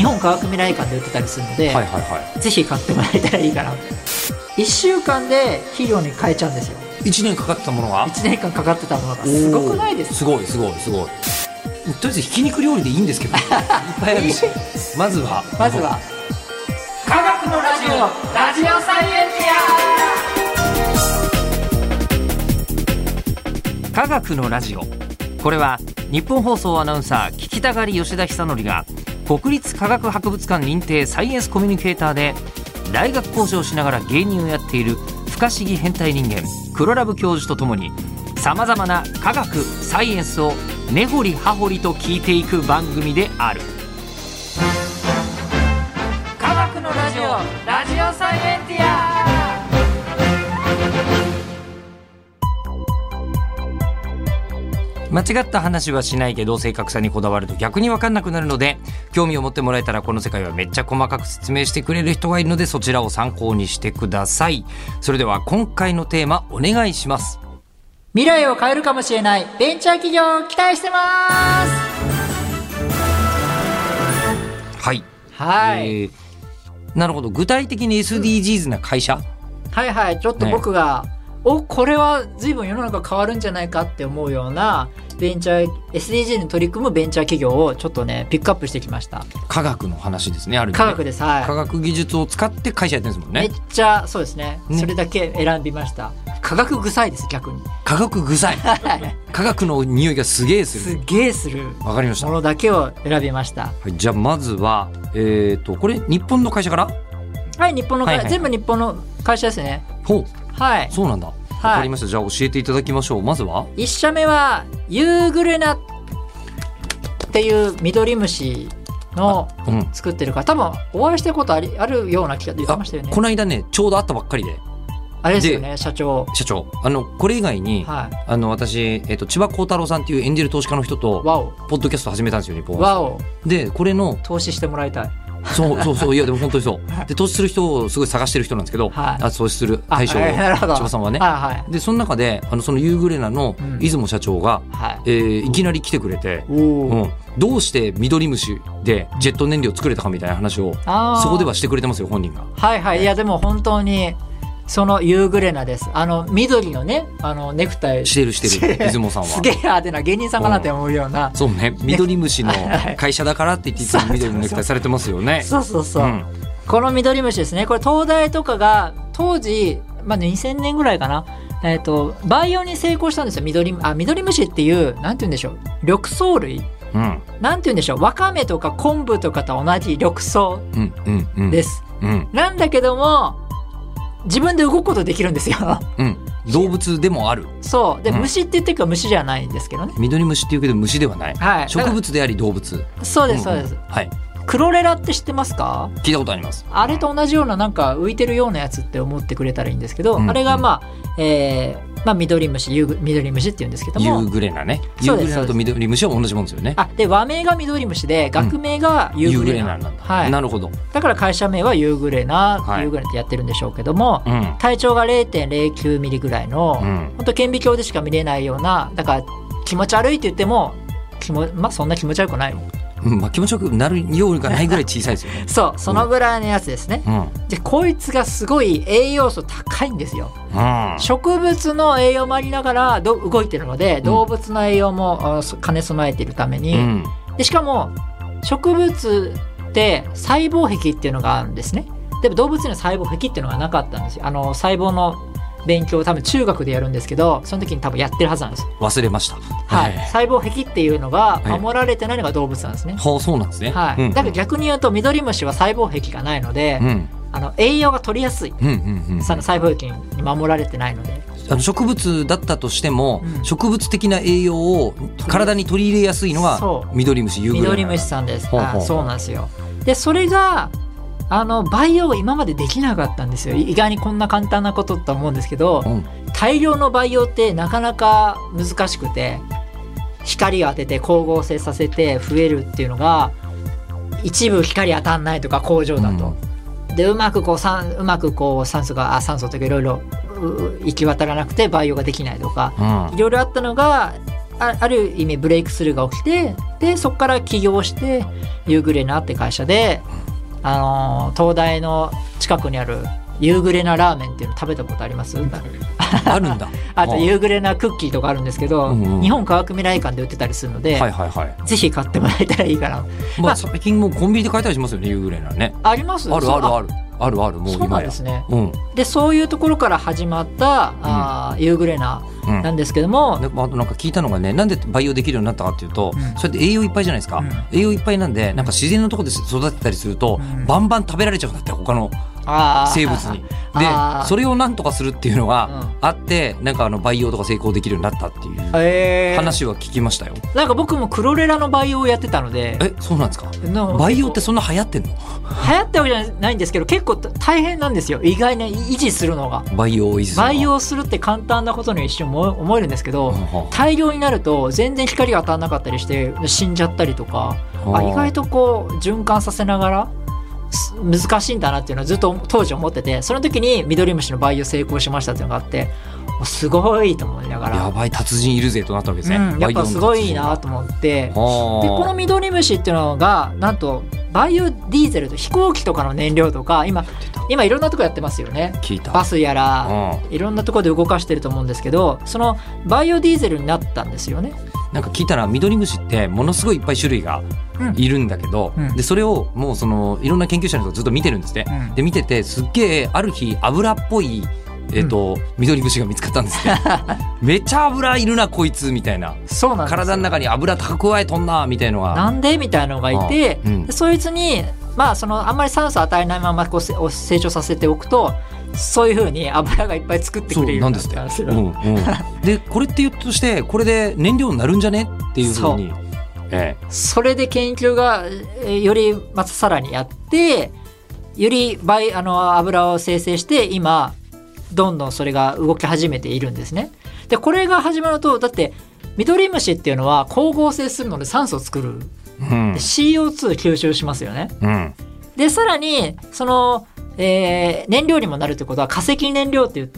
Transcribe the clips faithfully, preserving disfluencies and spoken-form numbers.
本科学未来館で売ってたりするので、 はいはいはい、 ぜひ買ってもらえたらいいかな。いっしゅうかんで肥料に変えちゃうんですよ。 いちねんかかってたものがいちねんかんかかってたものがすごくないですか？ すごいすごいすごい。とりあえずひき肉料理でいいんですけどいっぱいあるしまずはまずは科学のラジオラジオサイエンティア。 科学のラジオ、これは日本放送アナウンサー聞きたがり吉田久典が国立科学博物館認定サイエンスコミュニケーターで大学講師をしながら芸人をやっている不可思議変態人間黒ラブ教授とともにさまざまな科学サイエンスを根掘り葉掘りと聞いていく番組である。 科学のラジオラジオサイエンティア。 間違った話はしないけど正確さにこだわると逆に分かんなくなるので、興味を持ってもらえたらこの世界はめっちゃ細かく説明してくれる人がいるので、そちらを参考にしてください。それでは今回のテーマお願いします。 未来を変えるかもしれないベンチャー企業を期待してます。 はいはい、 えー、なるほど。具体的に エスディージーズ な会社、 はいはい、ちょっと僕が、ね、おこれは随分世の中変わるんじゃないかって思うようなベンチャー エスディージー に取り組むベンチャー企業をちょっとねピックアップしてきました。 科学の話ですね。ある意味ね、 科学です、はい、 科学技術を使って会社やってるんですもんね。 めっちゃそうです ね, ねそれだけ選びました。科学臭いです。逆に科学臭い科学の匂いがすげえするすげえするわかりましたものだけを選びました。 はい、じゃあまずは、えー、とこれ日本の会社からはい日本の会社、 はいはいはい、 全部日本の会社ですね。 ほう、 はい、 そうなんだ。わかりました、はい、じゃあ教えていただきましょう。まずはいっ社目はユーグレナっていう緑虫の作ってるから、うん、多分お会いしたことありあるような気が言ってましたよね。 この間ねちょうど会ったばっかりであれですよね、社長社長あのこれ以外に、はい、あの私、えー、と千葉幸太郎さんっていうエンジェル投資家の人とポッドキャスト始めたんですよ日本わおでこれの投資してもらいたい。 そうそうそういやでも本当にそうで投資する人をすごい探してる人なんですけど、はい、あ投資する対象を千葉さんはね、はいはい、でその中であのそのユーグレナの出雲社長が、うんはいえー、いきなり来てくれて、うん、どうして緑虫でジェット燃料作れたかみたいな話をそこではしてくれてますよ本人が。 はいはい、いやでも本当にそのユーグレナです。あの緑のねあのネクタイしてるしてる出雲さんはすげえ派手な芸人さんかなって思うような、 うん、そうね緑虫の会社だからって言っていつも緑のネクタイされてますよね。 そうそうそう、うん、この緑虫ですね。これ東大とかが当時、まあ、にせんねんぐらいかな、えーと、培養に成功したんですよ。緑あ緑虫っていうなんて言うんでしょう緑藻類、うん、なんて言うんでしょうわかめとか昆布とかと同じ緑藻です、うんうんうん、なんだけども自分で動くことできるんですよ、 うん、動物でもある。 そうで、うん、虫って言ってるから虫じゃないんですけどね。 緑虫っていうけど虫ではない、はい、植物であり動物。 そうですそうです、うんうんはい、クロレラって知ってますか？ 聞いたことあります。 あれと同じようななんか浮いてるようなやつって思ってくれたらいいんですけど、うんうん、あれがまあ、えーまあ、緑虫ユー緑虫って言うんですけどもユーグレナね。ユーグレナと緑虫は同じもんですよね。 あで和名が緑虫で学名がユーグレナ、うん、ユーグレナなんだ、はい、 なるほど。 だから会社名はユーグレナ、はい、ユーグレナってやってるんでしょうけども、うん、体長が れいてんれいきゅうミリぐらいの、うん、本当顕微鏡でしか見れないようなだから気持ち悪いって言っても気も、まあ、そんな気持ち悪くないもん。 うんまあ、気持ちよくなるようがないぐらい小さいですよねそうそのぐらいのやつですね、うん、でこいつがすごい栄養素高いんですよ、うん、植物の栄養もありながらど動いてるので、うん、動物の栄養も兼ね備えているために、うん、でしかも植物って細胞壁っていうのがあるんですね。でも動物には細胞壁っていうのがなかったんですよ。あの細胞の勉強を多分中学でやるんですけどその時に多分やってるはずなんです。 忘れました、 はいはい、細胞壁っていうのが守られてないのが動物なんですね、 はい、そうなんですね、 はいうんうん、だから逆に言うと緑虫は細胞壁がないので、うん、あの栄養が取りやすい、うんうんうん、その細胞壁に守られてないのであの植物だったとしても、うん、植物的な栄養を体に取り入れやすいのは緑虫ユーグレナ。 緑虫さんです。ほうほうほう。あそうなんですよ。でそれがあの培養が今までできなかったんですよ。意外にこんな簡単なことと思うんですけど、うん、大量の培養ってなかなか難しくて光を当てて光合成させて増えるっていうのが一部光当たんないとか工場だと、うん、でうまくこう酸うまくこう酸素があ酸素とかいろいろ行き渡らなくて培養ができないとか、うん、いろいろあったのがあ, ある意味ブレイクスルーが起きて、でそこから起業してユーグレナって会社で、あのー、東大の近くにあるユーグレナラーメンっていうの食べたことあります？ あるんだ。 あとユーグレナクッキーとかあるんですけど、うんうん、日本科学未来館で売ってたりするので、 はいはいはい、 ぜひ買ってもらえたらいいかな。 まあ、最近もうコンビニで買えたりしますよね、ユーグレナね。 あります。 あるあるあるあるある、もう今や。 そうなんですね、 うん、 でそういうところから始まった、うん、あユーグレナなんですけども、うん、 であとなんか聞いたのがね、なんで培養できるようになったかっていうと、うん、それって栄養いっぱいじゃないですか、うん、栄養いっぱいなんで、なんか自然のところで育てたりすると、うん、バンバン食べられちゃうんだって、他の生物に。でそれをなんとかするっていうのがあって、うん、なんかあの培養とか成功できるようになったっていう話は聞きましたよ。 なんか僕もクロレラの培養をやってたので。 え、そうなんですか？培養ってそんな流行ってんの？ 流行ったわけじゃないんですけど、結構大変なんですよ、意外に維持するのが。 培養を維持するの培養するって簡単なことに一瞬思えるんですけど、うん、大量になると全然光が当たらなかったりして死んじゃったりとか、あ意外とこう循環させながら難しいんだなっていうのはずっと当時思ってて、その時にミドリムシの培養成功しましたっていうのがあって、すごいと思いながら、 やばい達人いるぜとなったわけですね、 うん、やっぱすごいなと思って、でこのミドリムシっていうのがなんとバイオディーゼルと飛行機とかの燃料とか、今今いろんなとこやってますよね。 聞いた。 バスやら、うん、いろんなとこで動かしてると思うんですけど、そのバイオディーゼルになったんですよね。 なんか聞いたらミドリムシってものすごいいっぱい種類がいるんだけど、うん、でそれをもうそのいろんな研究者の人がずっと見てるんですって、うん、で見ててすっげえある日油っぽい、えーとうん、ミドリムシが見つかったんですってめっちゃ油いるなこいつみたいな。 そうなんですよ。 体の中に油蓄えとんなみたいなのがなんでみたいなのがいて、うん、そいつにまあそのあんまり酸素与えないままこう成長させておくと、そういう風に油がいっぱい作ってくれるようになったんですよ。うんうん、 でこれって言うとしてこれで燃料になるんじゃねっていう風に、ええ、 それで研究がよりまたさらにやって、より倍あの油を生成して今どんどんそれが動き始めているんですね。でこれが始まると、だってミドリムシっていうのは光合成するので酸素を作る、うん、シーオーツー 吸収しますよね、うん、でさらにその、えー、燃料にもなるってことは化石燃料って言って、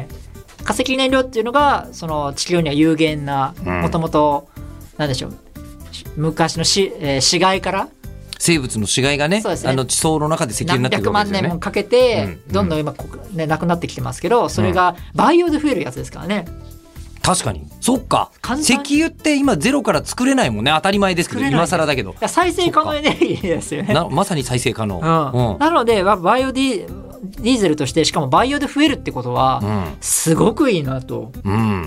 化石燃料っていうのがその地球には有限な、もともとなんでしょう、昔のし、えー、死骸から生物の死骸が ね, ねあの地層の中で石油になっていくわけですよね。 何百万年もかけて、うん、どんどん今、ね、なくなってきてますけど、それが培養で増えるやつですからね。 確かにそっか、石油って今ゼロから作れないもんね。当たり前ですけど今更だけど再生可能エネルギーですよね。 なまさに再生可能、 うんうん、なのでバイオディ、ディーゼルとしてしかもバイオで増えるってことは、うん、すごくいいなと、うん、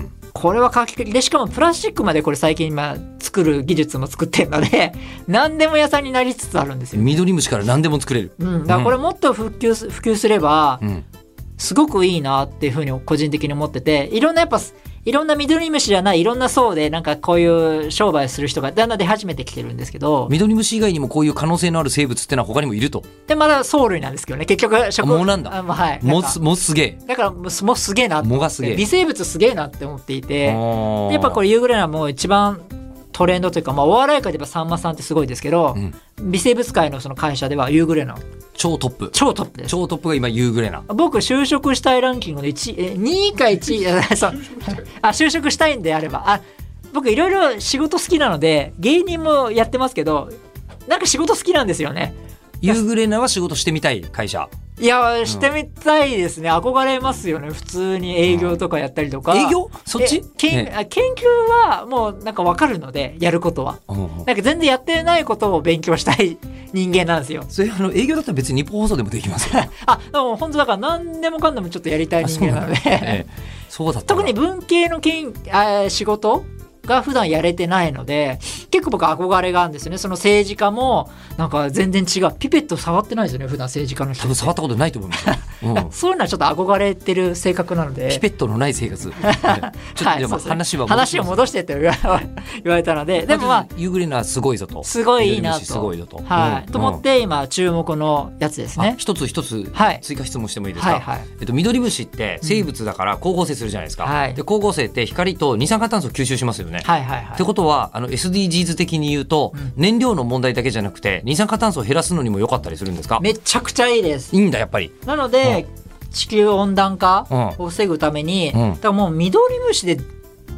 これは画期的で、しかもプラスチックまでこれ最近今作る技術も作ってるので何でも屋さんになりつつあるんですよ、ね、 ミドリムシから何でも作れる、 うん、だからこれもっと普及、普及すれば、うん、すごくいいなっていうふうに個人的に思ってて、いろんなやっぱいろんなミドリムシじゃないいろんな層でなんかこういう商売する人がだんだん出始めてきてるんですけど、 ミドリムシ以外にもこういう可能性のある生物ってのは他にもいると。 でまだ藻類なんですけどね、結局植物もうなんだ、 あ、まあ、はい、 もうもうすげえ、 だからもうすげえなってもがすげえ微生物すげえなって思っていて、でやっぱこれユーグレナも一番トレンドというか、まあ、お笑い界で言えばさんまさんってすごいですけど、うん、微生物界のその会社ではユーグレナ超トップ超トップです。 超トップが今ユーグレナ。 僕就職したいランキングのいちい、にいかいちいそうあ就職したいんであれば、あ僕いろいろ仕事好きなので芸人もやってますけど、なんか仕事好きなんですよね。 ユーグレナは仕事してみたい会社。 いやしてみたいですね、うん、憧れますよね。普通に営業とかやったりとか、 うん、営業そっち研、ね、研究はもうなんか分かるのでやることは、うん、なんか全然やってないことを勉強したい人間なんですよ。 それあの営業だったら別に日本放送でもできますよあでも本当だから何でもかんでもちょっとやりたい人間なので、ええ、 そうだった特に文系のけんあ仕事が普段やれてないので結構僕憧れがあるんですよね。その政治家もなんか全然違う、ピペット触ってないですよね普段政治家の人。 多分触ったことないと思いますよ、 うん、そういうのはちょっと憧れてる性格なので。 ピペットのない生活ちょっと、はい、でも話は話を戻してって言われたので、でもまあユーグレナすごいぞと、 すごいいいなと、 すごいぞと、 はい、 うん、 と思って今注目のやつですね。 一つ一つ追加質問してもいいですか。 はいはいはい、 えっと、ミドリムシって生物だから光合成するじゃないですか、うん、 はい、 で光合成って光と二酸化炭素を吸収しますよね、 はいはいはい、 ってことはあの エスディージーズ 的に言うと、うん、燃料の問題だけじゃなくて二酸化炭素を減らすのにも良かったりするんですか。 めちゃくちゃいいです。 いいんだやっぱり。 なので、うん、地球温暖化を防ぐために、うん、だからもうミドリムシで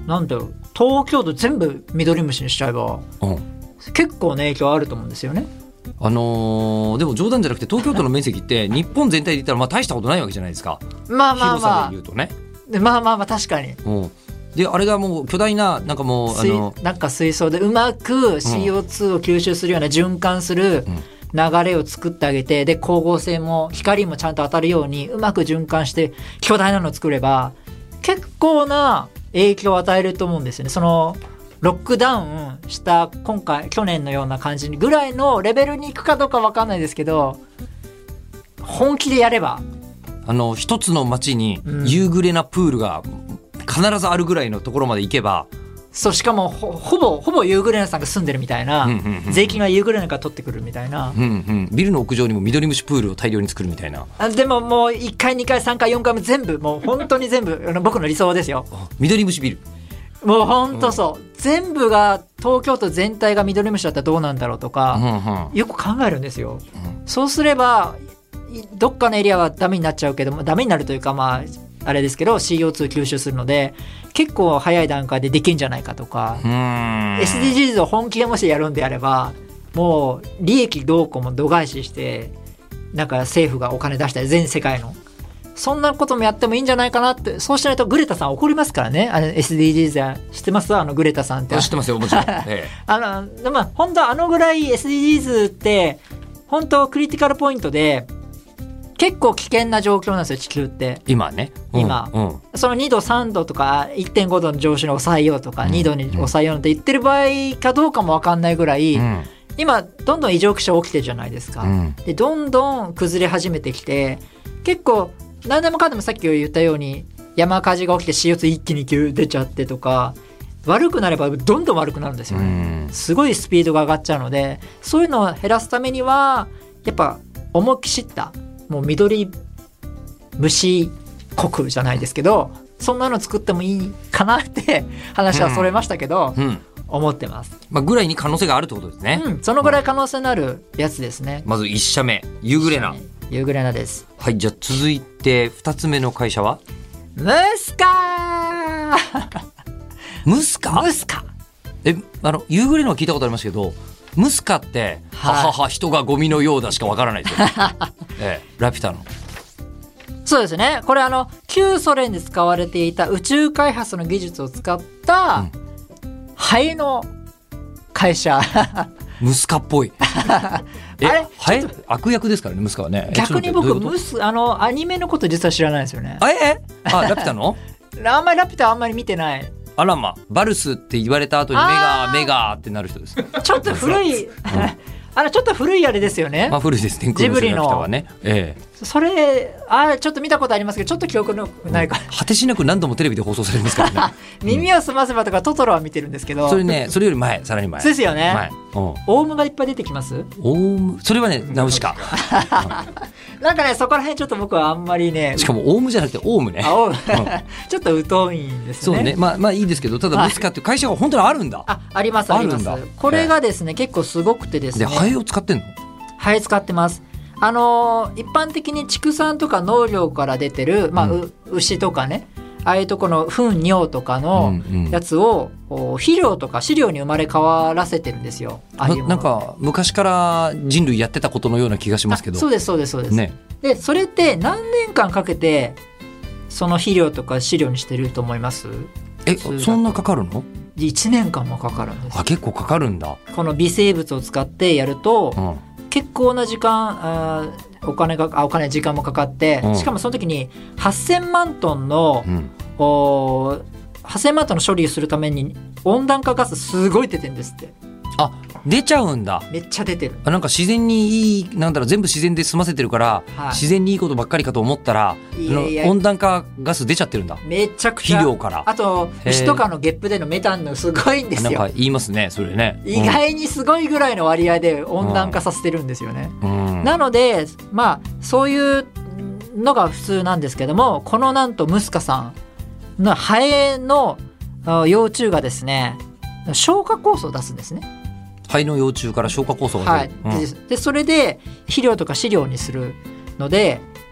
なんだよ東京都全部ミドリムシにしちゃえば、うん、結構ね影響あると思うんですよね。 あのー、でも冗談じゃなくて東京都の面積って日本全体で言ったらまあ大したことないわけじゃないですか。 まあまあまあ広さで言うとね。 でまあまあまあ確かに、 うん、であれがもう巨大ななんかもうあのなんか水槽でうまく シーオーツー を吸収するような循環する流れを作ってあげて、で光合成も光もちゃんと当たるようにうまく循環して巨大なのを作れば結構な影響を与えると思うんですよね。そのロックダウンした今回去年のような感じぐらいのレベルに行くかどうか分かんないですけど、本気でやればあの一つの町に夕暮れなプールが必ずあるぐらいのところまで行けば、うん、 そうしかも ほ, ほぼほぼユーグレナさんが住んでるみたいな、うんうんうん、税金はユーグレナから取ってくるみたいな、 うんうん、ビルの屋上にもミドリムシプールを大量に作るみたいな。 あでももういっかいにかいさんかいよんかいも全部もう本当に全部僕の理想ですよ。 ミドリムシビルもう本当そう、うん、全部が東京都全体がミドリムシだったらどうなんだろうとか、うんうん、よく考えるんですよ、うん、そうすればどっかのエリアはダメになっちゃうけどもダメになるというかまああれですけど シーオーツー 吸収するので結構早い段階でできるんじゃないかとか、うーん エスディージーズ を本気でもしやるんであればもう利益どうこうも度外視してなんか政府がお金出したり全世界のそんなこともやってもいいんじゃないかなって。そうしないとグレタさん怒りますからね。あの エスディージーズ は知ってます？あのグレタさんって知ってますよもちろん、ええ、 あのでも本当あのぐらい エスディージーズ って本当クリティカルポイントで結構危険な状況なんですよ地球って今ね、うん、 今、 うん、 そのにどさんどとか いってんごどの上昇に抑えようとか、うん、にどに抑えようって言ってる場合かどうかも分かんないぐらい、うん、今どんどん異常気象起きてるじゃないですか、うん、でどんどん崩れ始めてきて結構何でもかんでもさっき言ったように山火事が起きて シーオーツー 一気に出ちゃってとか悪くなればどんどん悪くなるんですよね、うん、すごいスピードが上がっちゃうのでそういうのを減らすためにはやっぱ思いっきしったもう緑虫国じゃないですけどそんなの作ってもいいかなって話はそれましたけど、うんうん、思ってます、 まあ、ぐらいに可能性があるってことですね、 うん、そのぐらい可能性のあるやつですね。 まずいち社目ユーグレナユーグレナです。 はい、じゃあ続いてふたつめの会社はムスカムスカムスカえあのユーグレナは聞いたことありますけどムスカって、はい、ははは人がゴミのようだしかわからないですよ、ええ、ラピュタのそうですね。これあの旧ソ連で使われていた宇宙開発の技術を使ったハエの会社ムスカっぽいえあれハエ悪役ですからねムスカはね。 逆に僕ムスあのアニメのこと実は知らないですよね。 あえあラピュタのあんまりラピュタあんまり見てない。 あらまバルスって言われた後にメガメガってなる人です。 ちょっと古い、うん、あのちょっと古いあれですよね。 まあ古いですね。 ジブリのラピュタはね、ええ、 それあちょっと見たことありますけどちょっと記憶のないから、うん、 果てしなく何度もテレビで放送されますからね耳をすませばとかトトロは見てるんですけど、 それねそれより前さらに前ですよね。 前、うん、 オウムがいっぱい出てきます。 オウムそれはねナウシカなんかねそこら辺ちょっと僕はあんまりねしかもオウムじゃなくてオウムねあオウム、うん、ちょっと疎いんですね。 そうねまあまあいいですけどただムスカっていう会社が本当にあるんだ。 あありますあります。これがですね結構すごくてですね。 でハエを使ってんの？ ハエ使ってます。あのー、一般的に畜産とか農業から出てる、まあうん、牛とかねああいうとこの糞尿とかのやつを、うんうん、肥料とか飼料に生まれ変わらせてるんですよ。ああいうものなんか昔から人類やってたことのような気がしますけど。 そうですそうですそうです、ね、でそれって何年間かけてその肥料とか飼料にしてると思います？ えそんなかかるの？ いちねんかんもかかるんです。 あ結構かかるんだ。 この微生物を使ってやると、うん結構な時間あお金があお金時間もかかって、うん、しかもその時にはっせんまんトンの、うん、おはっせんまんトンの処理をするために温暖化ガスすごい出てるんですって。 あ出ちゃうんだ。 めっちゃ出てる。 なんか自然にいいなんだろう全部自然で済ませてるから、はい、自然にいいことばっかりかと思ったらいやいや温暖化ガス出ちゃってるんだ。 めちゃくちゃ肥料からあと牛とかのゲップでのメタンのすごいんですよ。 なんか言いますねそれね、 うん、意外にすごいぐらいの割合で温暖化させてるんですよね、うん、なのでまあそういうのが普通なんですけどもこのなんとムスカさんのハエの幼虫がですね消化酵素を出すんですね。 肺の幼虫から消化酵素が出る、 はいうん、で, でそれで肥料とか飼料にするので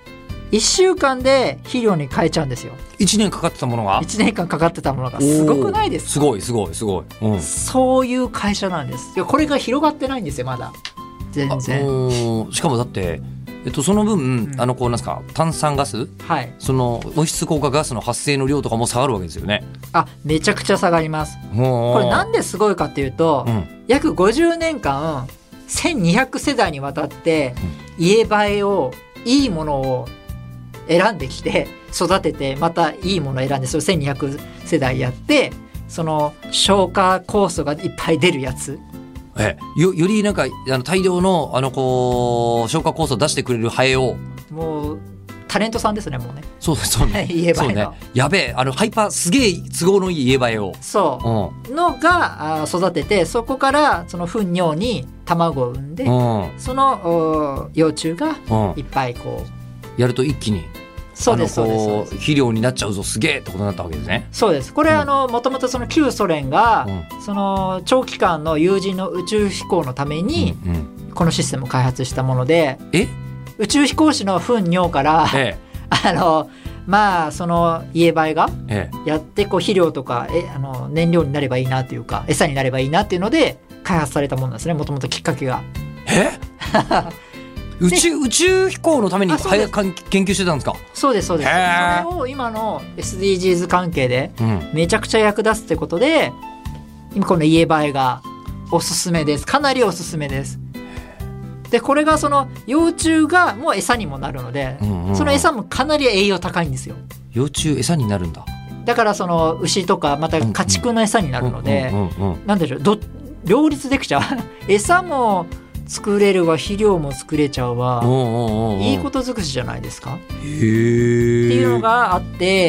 いっしゅうかんで肥料に変えちゃうんですよ。 いちねんかかってたものがいちねんかんかかってたものがすごくないですか？ すごいすごいすごい、うん、 そういう会社なんです。いやこれが広がってないんですよまだ全然。 しかもだって、えっと、その分、うん、あのこうなんすか炭酸ガス、 はい、 その温室効果ガスの発生の量とかも下がるわけですよね。 あめちゃくちゃ下がります。これなんですごいかっていうと、うん、約ごじゅうねんかんせんにひゃくせだいにわたって家映えをいいものを選んできて育ててまたいいものを選んでそれせんにひゃくせだいやってその消化酵素がいっぱい出るやつ、 え よ, よりなんかあの大量のあのこう消化酵素を出してくれるハエをもうタレントさんですねもうね。 そうそうね家映えの、 ね、やべえあのハイパーすげえ都合のいい家映えをそう、うん、のが育ててそこからその糞尿に卵を産んで、うん、その幼虫がいっぱいこう、 うん、やると一気にそうですそうです肥料になっちゃうぞすげえってことになったわけですね。 そうです。これ、うん、あのもともとその旧ソ連が、うん、その長期間の有人の宇宙飛行のために、うんうん、このシステムを開発したもので、 え宇宙飛行士の糞尿から、ええ、あのまあその家映えがやってこう肥料とかえあの燃料になればいいなというか餌になればいいなっていうので開発されたものなんですね。もともときっかけがえ宇宙宇宙飛行のために研究してたんですか？ そうですそうです。それを今の エスディージーズ 関係でめちゃくちゃ役立つってことで、うん、今この家映えがおすすめです。かなりおすすめです。でこれがその幼虫がもう餌にもなるので、うんうんうん、その餌もかなり栄養高いんですよ。 幼虫餌になるんだ。 だからその牛とかまた家畜の餌になるので、なんでしょうど両立できちゃう餌も作れるわ肥料も作れちゃうわ、おうおうおういいこと尽くしじゃないですか。へっていうのがあって、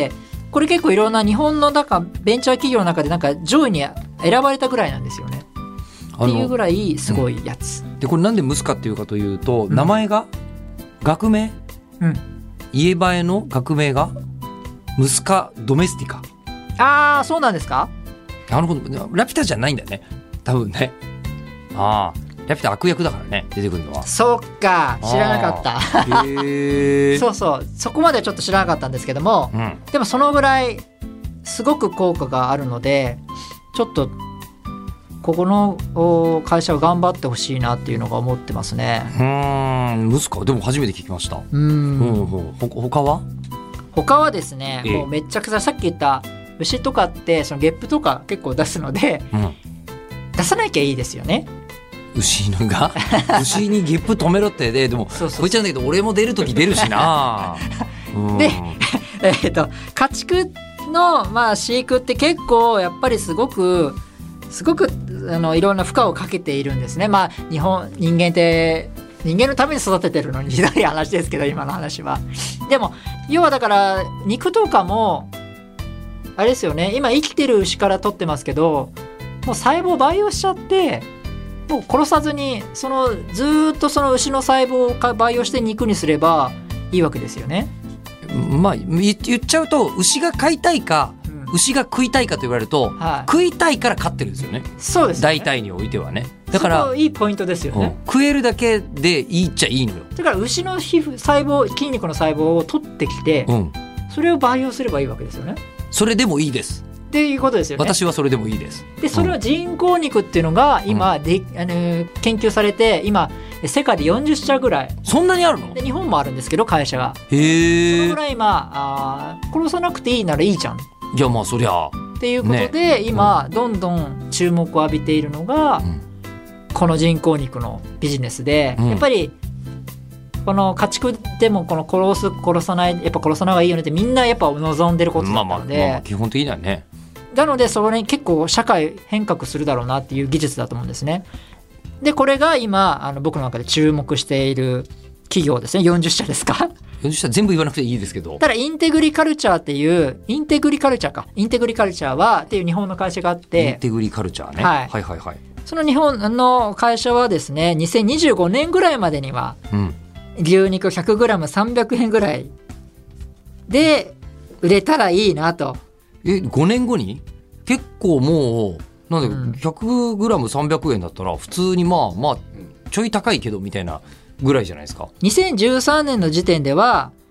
これ結構いろんな日本の中ベンチャー企業の中でなんか上位に選ばれたぐらいなんですよね。っていうぐらいすごいやつ、 うん、でこれなんでムスカっていうかというと、うん、名前が学名、うん、家映えの学名がムスカドメスティカ。 ああそうなんですか。 なるほど。ラピュタじゃないんだよね多分ね。ああラピュタ悪役だからね出てくるのは。 そっか知らなかったへそうそうそこまではちょっと知らなかったんですけども、うん、でもそのぐらいすごく効果があるのでちょっとここの会社は頑張ってほしいなっていうのが思ってますね。 うーんムスカでも初めて聞きました。うん、うん、ほ他は他はですね、ええ、もうめっちゃくちゃさっき言った牛とかってそのゲップとか結構出すので、うん、出さなきゃいいですよね。 牛のが牛にゲップ止めろってででもそうそうそうこいつなんだけど俺も出るとき出るしなで、えー、と家畜の、まあ、飼育って結構やっぱりすごくすごくあのいろんな負荷をかけているんですね。まあ日本人間って人間のために育ててるのにひどい話ですけど今の話は。でも要はだから肉とかもあれですよね。今生きてる牛から取ってますけどもう細胞を培養しちゃってもう殺さずにそのずっとその牛の細胞を培養して肉にすればいいわけですよね。 まあ言っちゃうと牛が飼いたいか、うん、牛が食いたいかと言われると、はい、食いたいから飼ってるんですよね。 そうですね。 大体においてはね。だからそこいいポイントですよね、 うん、食えるだけでいいっちゃいいのよ。 だから牛の皮膚細胞筋肉の細胞を取ってきて、うん、それを培養すればいいわけですよね。 それでもいいですっていうことですよね。 私はそれでもいいです。 でそれは人工肉っていうのが今で、うん、あの研究されて今世界でよんじゅっしゃぐらい。 そんなにあるの？ で日本もあるんですけど会社が。 へー。 そのぐらい今あ殺さなくていいならいいじゃん。 いやまあそりゃっていうことで、ね、今どんどん注目を浴びているのが、うん、この人工肉のビジネスで、うん、やっぱりこの家畜でもこの殺す殺さないやっぱ殺さない方がいいよねってみんなやっぱ望んでることだったので、まあまあまあ、 基本的にはね。 なのでそれに結構社会変革するだろうなっていう技術だと思うんですね。でこれが今あの僕の中で注目している企業ですね。よんじゅっしゃですか？よんじゅっしゃ全部言わなくていいですけど。 ただインテグリカルチャーっていうインテグリカルチャーかインテグリカルチャーはっていう日本の会社があってインテグリカルチャーね、 はい、 はいはいはいその日本の会社はですねにせんにじゅうごねんぐらいまでには、うん、牛肉 ひゃくグラムさんびゃくえんぐらいで売れたらいいなと。 えごねんごに結構もうなんで、うん、ひゃくグラムさんびゃくえんだったら普通にまあまあちょい高いけどみたいなぐらいじゃないですか。 にせんじゅうさんねんの時点では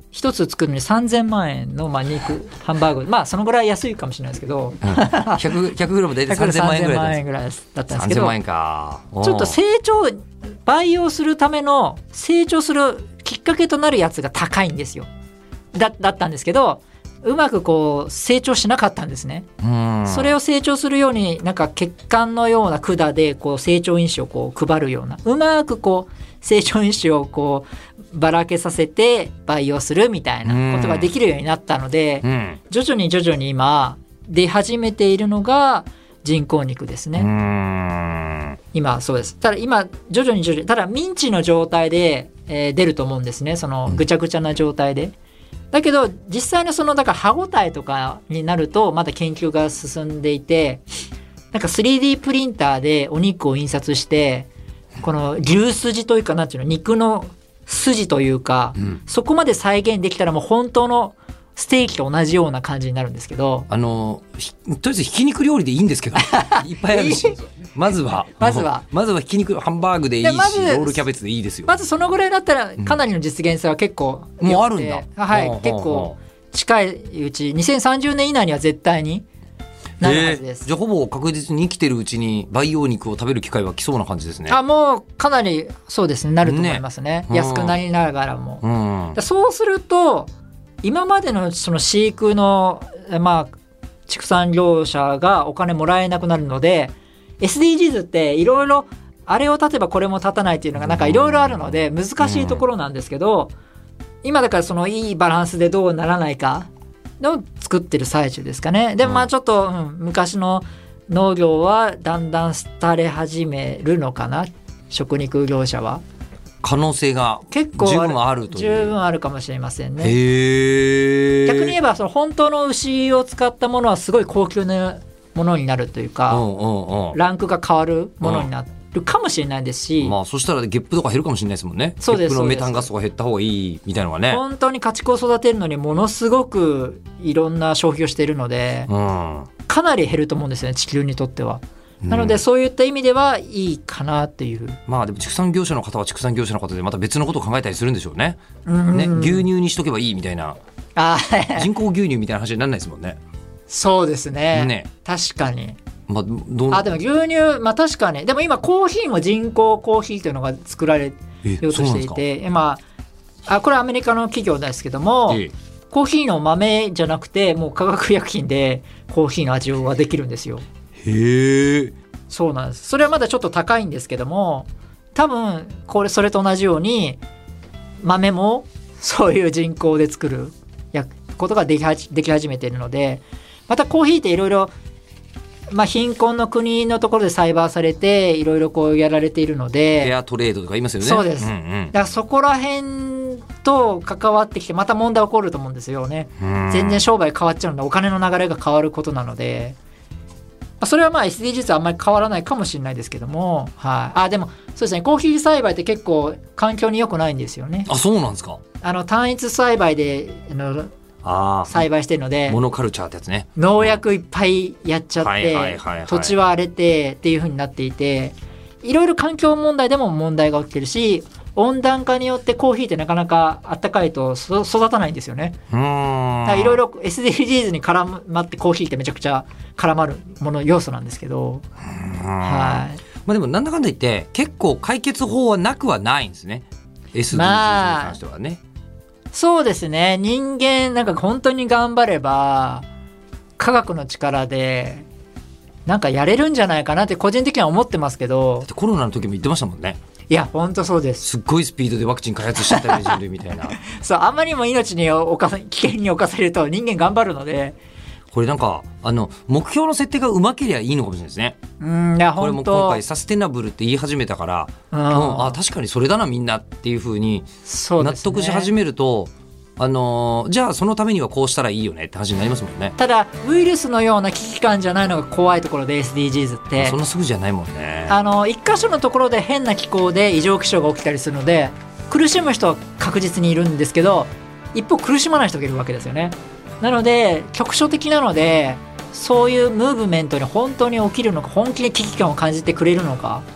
一つ作るのにさんぜんまんえんのまあ肉ハンバーグ、まあそのぐらい安いかもしれないですけど、 うん、ひゃく, ひゃくグラム大体さんぜんまんえんぐらいぐらいだったんですけど、 さんぜんまんえんか。 ちょっと成長培養するための成長するきっかけとなるやつが高いんですよ。 だ, だったんですけど、うまくこう成長しなかったんですね。 うんそれを成長するようになんか血管のような管でこう成長因子をこう配るような、うまくこう成長因子をこうばらけさせて培養するみたいなことができるようになったので、 うん、 徐々に徐々に今出始めているのが人工肉ですね。 うん今そうです。ただ今徐々に徐々に、ただミンチの状態で、えー、出ると思うんですね。そのぐちゃぐちゃな状態で、うん、だけど実際のそのだから歯ごたえとかになるとまだ研究が進んでいて、なんか スリーディー プリンターでお肉を印刷してこの牛すじというかなんていうの肉の筋というか、うん、そこまで再現できたらもう本当のステーキと同じような感じになるんですけど、 あのとりあえずひき肉料理でいいんですけどいっぱいあるしまずはまずはまずはひき肉ハンバーグでいいし、 まずロールキャベツでいいですよ。 まずそのぐらいだったらかなりの実現性は結構、 うん、もうあるんだ。 はい、結構近いうちにせんさんじゅうねん以内には絶対になるはずです、 えー、じゃあほぼ確実に生きてるうちに培養肉を食べる機会は来そうな感じですね。 あもうかなりそうですね、なると思います ね, ね安くなりながらも、うん、そうすると今までのその飼育のまあ畜産業者がお金もらえなくなるので、 エスディージーズ っていろいろあれを立てばこれも立たないっていうのがなんかいろいろあるので難しいところなんですけど、今だからそのいいバランスでどうならないかの作ってる最中ですかね。でもまあちょっと、うん、昔の農業はだんだん廃れ始めるのかな、食肉業者は。 可能性が結構十分あるという。 十分あるかもしれませんね。 へー。 逆に言えばその本当の牛を使ったものはすごい高級なものになるというか、 うんうんうん、 ランクが変わるものになるかもしれないですし、 まあ、そしたらゲップとか減るかもしれないですもんね。 そうです。 ゲップのメタンガスとか減った方がいいみたいなのがね。 本当に家畜を育てるのにものすごくいろんな消費をしているので、うん、かなり減ると思うんですよね、地球にとっては。なのでそういった意味ではいいかなっていう、うん、 まあでも畜産業者の方は畜産業者の方でまた別のことを考えたりするんでしょうね。うんね、牛乳にしとけばいいみたいな、あ人工牛乳みたいな話にならないですもんね。 そうですね、ね、確かに、 まあ、どうあでも牛乳、まあ、確かに。でも今コーヒーも人工コーヒーというのが作られようとしていて、今あこれはアメリカの企業ですけども、ええ、コーヒーの豆じゃなくてもう化学薬品でコーヒーの味ができるんですよ。 へえ。 そうなんです。それはまだちょっと高いんですけども、多分これそれと同じように豆もそういう人工で作ることができはじ、でき始めているので、またコーヒーっていろいろまあ貧困の国のところで栽培されていろいろこうやられているので、 フェアトレードとか言いますよね。 そうです、 うんうん、 だからそこら辺と関わってきてまた問題起こると思うんですよね。全然商売変わっちゃうのでお金の流れが変わることなので、それはまあ エスディージーズ はあんまり変わらないかもしれないですけども、はい、あでもそうですね、コーヒー栽培って結構環境に良くないんですよね。 あ、そうなんですか。 あの単一栽培であのあ栽培してるので、 モノカルチャーってやつね、 農薬いっぱいやっちゃって土地は荒れてっていう風になっていて、いろいろ環境問題でも問題が起きてるし、温暖化によってコーヒーってなかなかあったかいと育たないんですよね。うーん、だからいろいろ エスディージーズ に絡まってコーヒーってめちゃくちゃ絡まるもの要素なんですけど、はい、 まあ、でもなんだかんだ言って結構解決法はなくはないんですね、 エスディージーズ に関してはね、まあそうですね。人間なんか本当に頑張れば科学の力でなんかやれるんじゃないかなって個人的には思ってますけど、 コロナの時も言ってましたもんね。 いや本当そうです。 すっごいスピードでワクチン開発しちゃったよね人類みたいなそうあんまりにも命におか危険に侵されると人間頑張るので、 これなんかあの目標の設定がうまければいいのかもしれないですね。 うんいやこれも今回サステナブルって言い始めたから、うんうん、あ確かにそれだなみんなっていう風に納得し始めると、あのー、じゃあそのためにはこうしたらいいよねって話になりますもんね。 ただウイルスのような危機感じゃないのが怖いところで エスディージーズ ってそんなすぐじゃないもんね。 あの一箇所のところで変な気候で異常気象が起きたりするので苦しむ人は確実にいるんですけど、一方苦しまない人がいるわけですよね。なので局所的なのでそういうムーブメントに本当に起きるのか、本気で危機感を感じてくれるのか、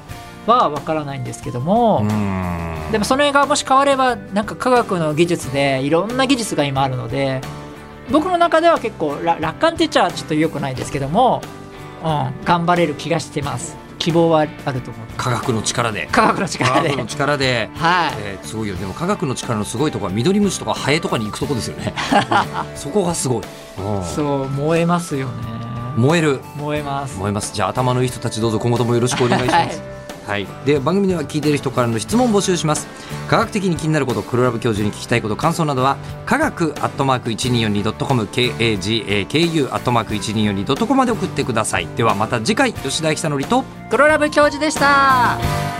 は分からないんですけども、でもその映画がもし変わればなんか科学の技術でいろんな技術が今あるので、僕の中では結構楽観って言っちゃちょっと良くないですけども、うん、頑張れる気がしてます。希望はあると思う。 科学の力で科学の力で科学の力で、 はい、 えー、すごいよ。でも科学の力のすごいところは緑虫とかハエとかに行くとこですよねそこがすごい。 そう燃えますよね。 燃える燃えます燃えます。じゃあ頭のいい人たちどうぞ今後ともよろしくお願いします、はいはい、で番組では聞いている人からの質問を募集します。科学的に気になること、黒ラブ教授に聞きたいこと、感想などは科学アットマーク いちにーよんにードットコム カグ アットマーク いちにーよんにードットコム まで送ってください。ではまた次回、吉田久典と黒ラブ教授でした。